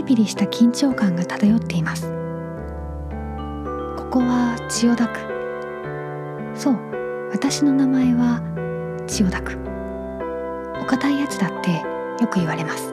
ピリした緊張感が漂っています。ここは千代田区。そう、私の名前は千代田区。お堅いやつだってよく言われます。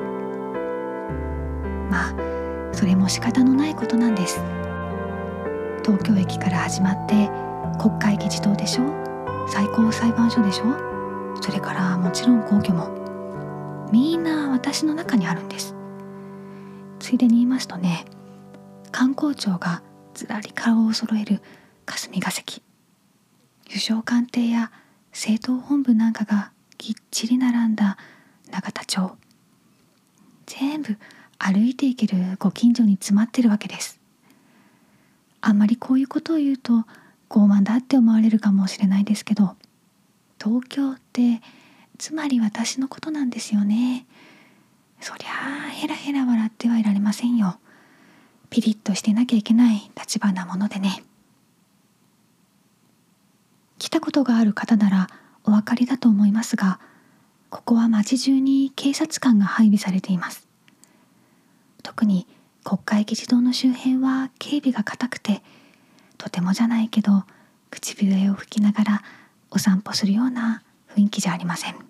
まあそれも仕方のないことなんです。東京駅から始まって国会議事堂でしょ、最高裁判所でしょ、それからもちろん皇居もみんな私の中にあるんです。ついでに言いますとね、観光庁がずらり顔を揃える霞が関、首相官邸や政党本部なんかがぎっちり並んだ永田町、全部歩いていけるご近所に詰まってるわけです。あんまりこういうことを言うと傲慢だって思われるかもしれないですけど、東京ってつまり私のことなんですよね。そりゃあヘラヘラ笑ってはいられませんよ。ピリッとしてなきゃいけない立場なものでね。来たことがある方ならお分かりだと思いますが、ここは街中に警察官が配備されています。特に国会議事堂の周辺は警備が固くて、とてもじゃないけど口笛を吹きながらお散歩するような雰囲気じゃありません。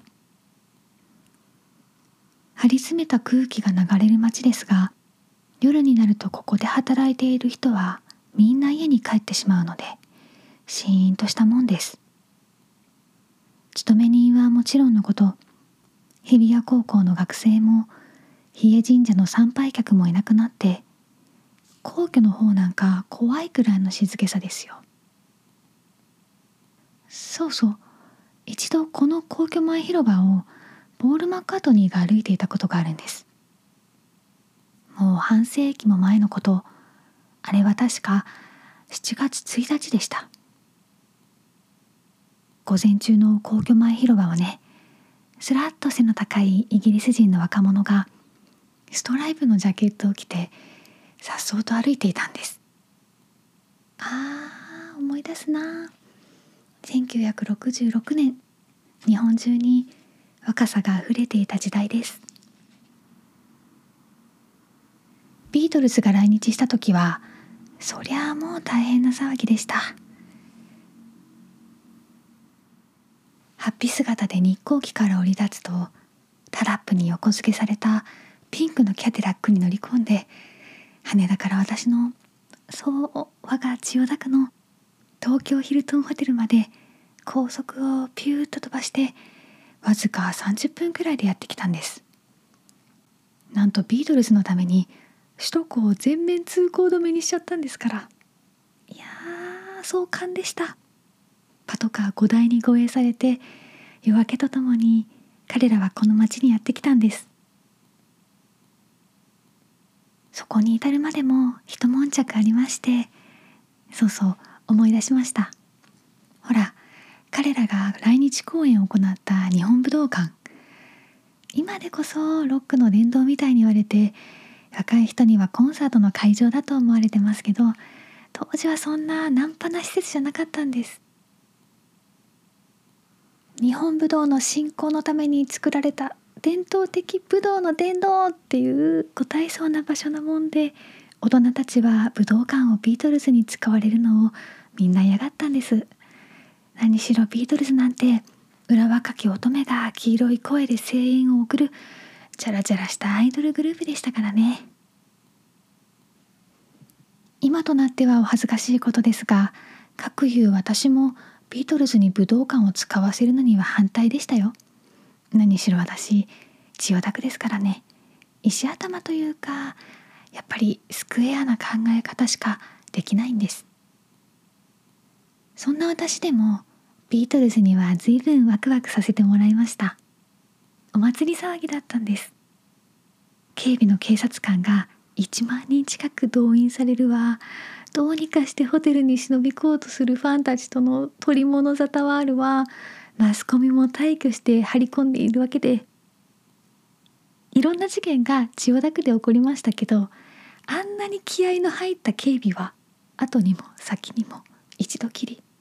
張り詰めた空気が流れる街ですが、夜になるとここで働いている人はみんな家に帰ってしまうので、シーンとしたもんです。勤め人はもちろんのこと、日比谷高校の学生も日枝神社の参拝客もいなくなって、皇居の方なんか怖いくらいの静けさですよ。そうそう、一度この皇居前広場をポール・マッカートニーが歩いていたことがあるんです。もう半世紀も前のこと。あれは確か7月1日でした。午前中の皇居前広場をね、すらっと背の高いイギリス人の若者がストライプのジャケットを着て颯爽と歩いていたんです。思い出すな。1966年、日本中に若さがあふれていた時代です。ビートルズが来日した時は、そりゃあもう大変な騒ぎでした。ハッピ姿で日航機から降り立つと、タラップに横付けされたピンクのキャデラックに乗り込んで、羽田から私の、そう我が千代田区の東京ヒルトンホテルまで高速をピューッと飛ばして、わずか30分くらいでやってきたんです。なんとビートルズのために首都高を全面通行止めにしちゃったんですから。いやー、壮観でした。パトカー5台に護衛されて、夜明けとともに彼らはこの街にやってきたんです。そこに至るまでも一悶着ありまして、そうそう思い出しました。ほら、彼らが来日公演を行った日本武道館、今でこそロックの殿堂みたいに言われて、若い人にはコンサートの会場だと思われてますけど、当時はそんなナンパな施設じゃなかったんです。日本武道の振興のために作られた伝統的武道の殿堂っていうご大層な場所なもんで、大人たちは武道館をビートルズに使われるのをみんな嫌がったんです。何しろビートルズなんて裏若き乙女が黄色い声で声援を送るチャラチャラしたアイドルグループでしたからね。今となってはお恥ずかしいことですが、かくいう私もビートルズに武道館を使わせるのには反対でしたよ。何しろ私千代田区ですからね。石頭というか、やっぱりスクエアな考え方しかできないんです。そんな私でもビートルズには随分ワクワクさせてもらいました。お祭り騒ぎだったんです。警備の警察官が1万人近く動員されるわ。どうにかしてホテルに忍び込もうとするファンたちとの捕り物沙汰はあるわ。マスコミも大挙して張り込んでいるわけで、いろんな事件が千代田区で起こりましたけど、あんなに気合の入った警備は後にも先にも一度きり。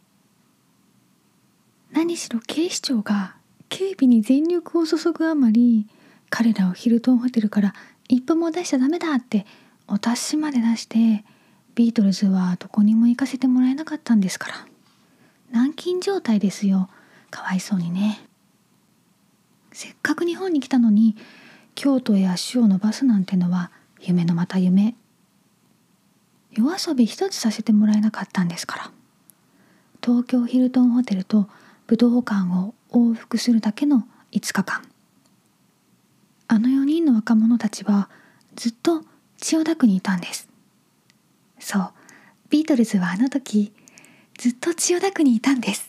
何しろ警視庁が警備に全力を注ぐあまり、彼らをヒルトンホテルから一歩も出しちゃダメだってお達しまで出して、ビートルズはどこにも行かせてもらえなかったんですから。軟禁状態ですよ。かわいそうにね。せっかく日本に来たのに京都へ足を伸ばすなんてのは夢のまた夢。夜遊び一つさせてもらえなかったんですから。東京ヒルトンホテルと武道館を往復するだけの5日間。あの4人の若者たちはずっと千代田区にいたんです。そう、ビートルズはあの時ずっと千代田区にいたんです。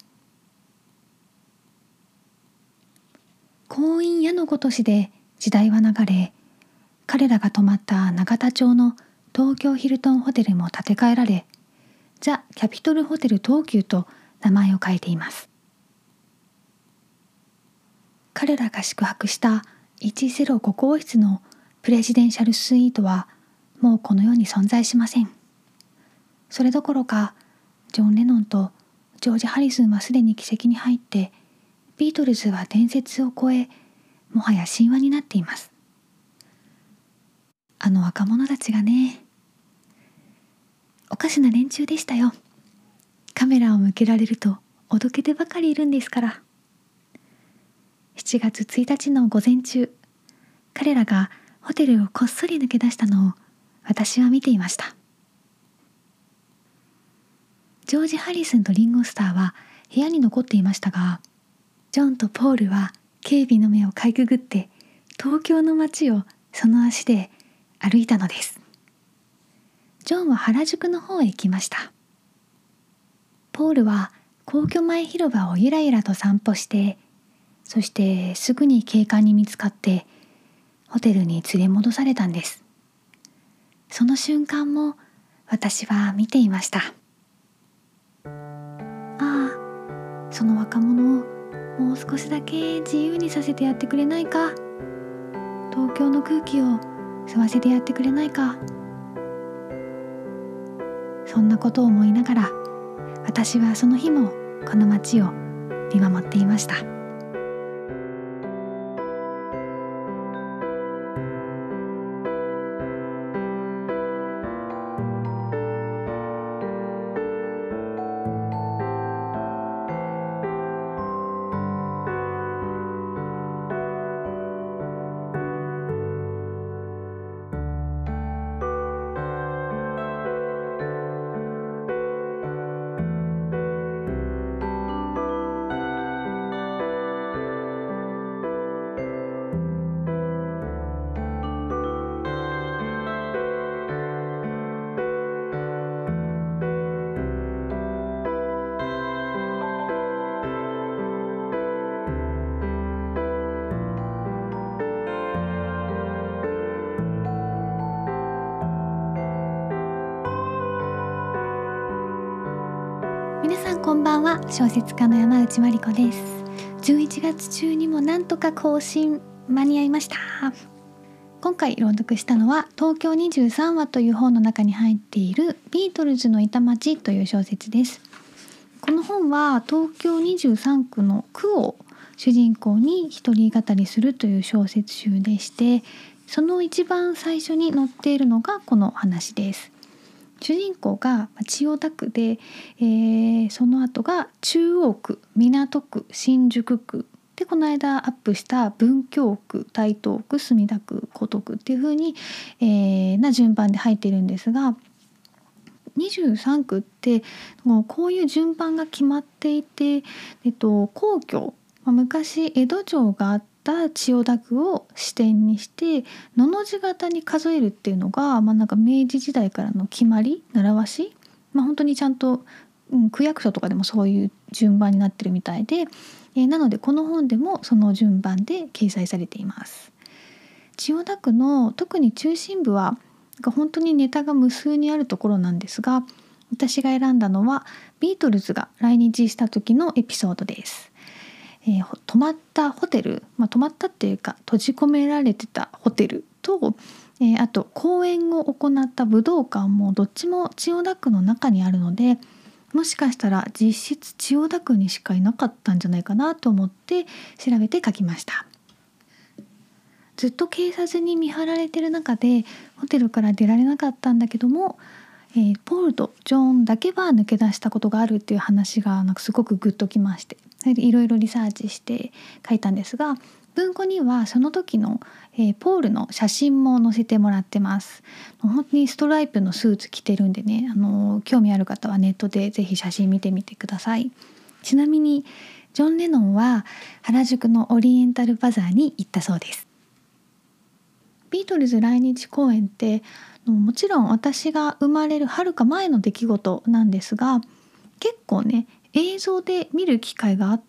婚姻矢のごとしで時代は流れ、彼らが泊まった永田町の東京ヒルトンホテルも建て替えられ、ザ・キャピトルホテル東急と名前を変えています。彼らが宿泊した105号室のプレジデンシャルスイートはもうこの世に存在しません。それどころか、ジョン・レノンとジョージ・ハリスンはすでに奇跡に入って、ビートルズは伝説を超え、もはや神話になっています。あの若者たちがね、おかしな連中でしたよ。カメラを向けられるとおどけてばかりいるんですから。7月1日の午前中、彼らがホテルをこっそり抜け出したのを私は見ていました。ジョージ・ハリスンとリンゴ・スターは部屋に残っていましたが、ジョンとポールは警備の目をかいくぐって東京の街をその足で歩いたのです。ジョンは原宿の方へ行きました。ポールは皇居前広場をゆらゆらと散歩して、そしてすぐに警官に見つかってホテルに連れ戻されたんです。その瞬間も私は見ていました。ああ、その若者をもう少しだけ自由にさせてやってくれないか。東京の空気を吸わせてやってくれないか。そんなことを思いながら、私はその日もこの街を見守っていました。皆さんこんばんは。小説家の山内真理子です。11月中にもなんとか更新間に合いました。今回朗読したのは東京23話という本の中に入っているビートルズの板町という小説です。この本は東京23区の区を主人公に一人語りするという小説集でして、その一番最初に載っているのがこの話です。主人公が千代田区で、その後が中央区、港区、新宿区で、この間アップした文京区、台東区、墨田区、江東区っていう風に、な順番で入っているんですが、23区ってもうこういう順番が決まっていて、皇居、昔江戸城があった千代田区を支点にしてのの字型に数えるっていうのが、なんか明治時代からの決まり、習わし、本当にちゃんと、区役所とかでもそういう順番になってるみたいで、なのでこの本でもその順番で掲載されています。千代田区の特に中心部は本当にネタが無数にあるところなんですが、私が選んだのはビートルズが来日した時のエピソードです。泊まったホテル、泊まったっていうか閉じ込められてたホテルと、あと公演を行った武道館もどっちも千代田区の中にあるので、もしかしたら実質千代田区にしかいなかったんじゃないかなと思って調べて書きました。 ずっと警察に見張られてる中でホテルから出られなかったんだけども、ポールとジョンだけは抜け出したことがあるっていう話がすごくグッときまして、それでいろいろリサーチして書いたんですが、文庫にはその時の、ポールの写真も載せてもらってます。本当にストライプのスーツ着てるんでね、興味ある方はネットでぜひ写真見てみてください。ちなみにジョン・レノンは原宿のオリエンタルバザーに行ったそうです。ビートルズ来日公演ってもちろん私が生まれるはるか前の出来事なんですが、結構ね映像で見る機会があって、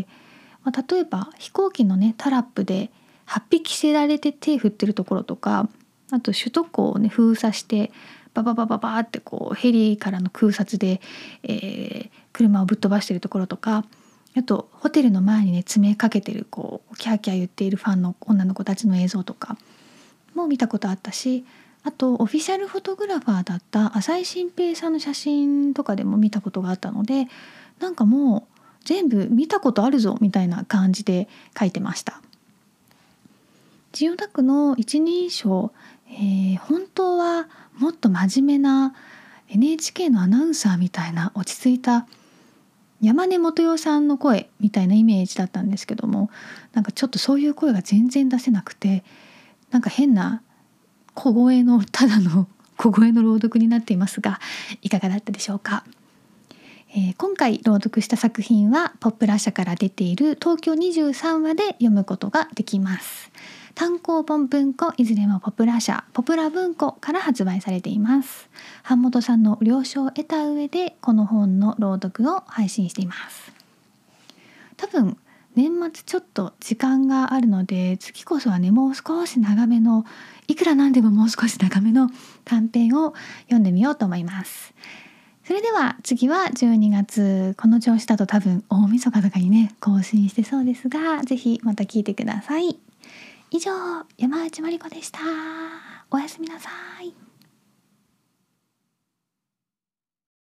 例えば飛行機のねタラップで8匹着せられて手振ってるところとか、あと首都高をね封鎖してバババババーってヘリからの空撮で、車をぶっ飛ばしてるところとか、あとホテルの前にね詰めかけてるキャーキャー言っているファンの女の子たちの映像とかも見たことあったし、あとオフィシャルフォトグラファーだった浅井新平さんの写真とかでも見たことがあったので、もう全部見たことあるぞみたいな感じで書いてました。千代田区の一人称、本当はもっと真面目な NHK のアナウンサーみたいな落ち着いた山根元代さんの声みたいなイメージだったんですけども、ちょっとそういう声が全然出せなくて、変な小声のただの小声の朗読になっていますが、いかがだったでしょうか。今回朗読した作品はポプラ社から出ている東京23話で読むことができます。単行本文庫いずれもポプラ社ポプラ文庫から発売されています。版元さんの了承を得た上でこの本の朗読を配信しています。多分年末ちょっと時間があるので、次こそはねもう少し長めの、いくらなんでももう少し長めの短編を読んでみようと思います。それでは次は12月、この調子だと多分大晦日とかにね更新してそうですが、ぜひまた聞いてください。以上、山内まりこでした。おやすみなさい。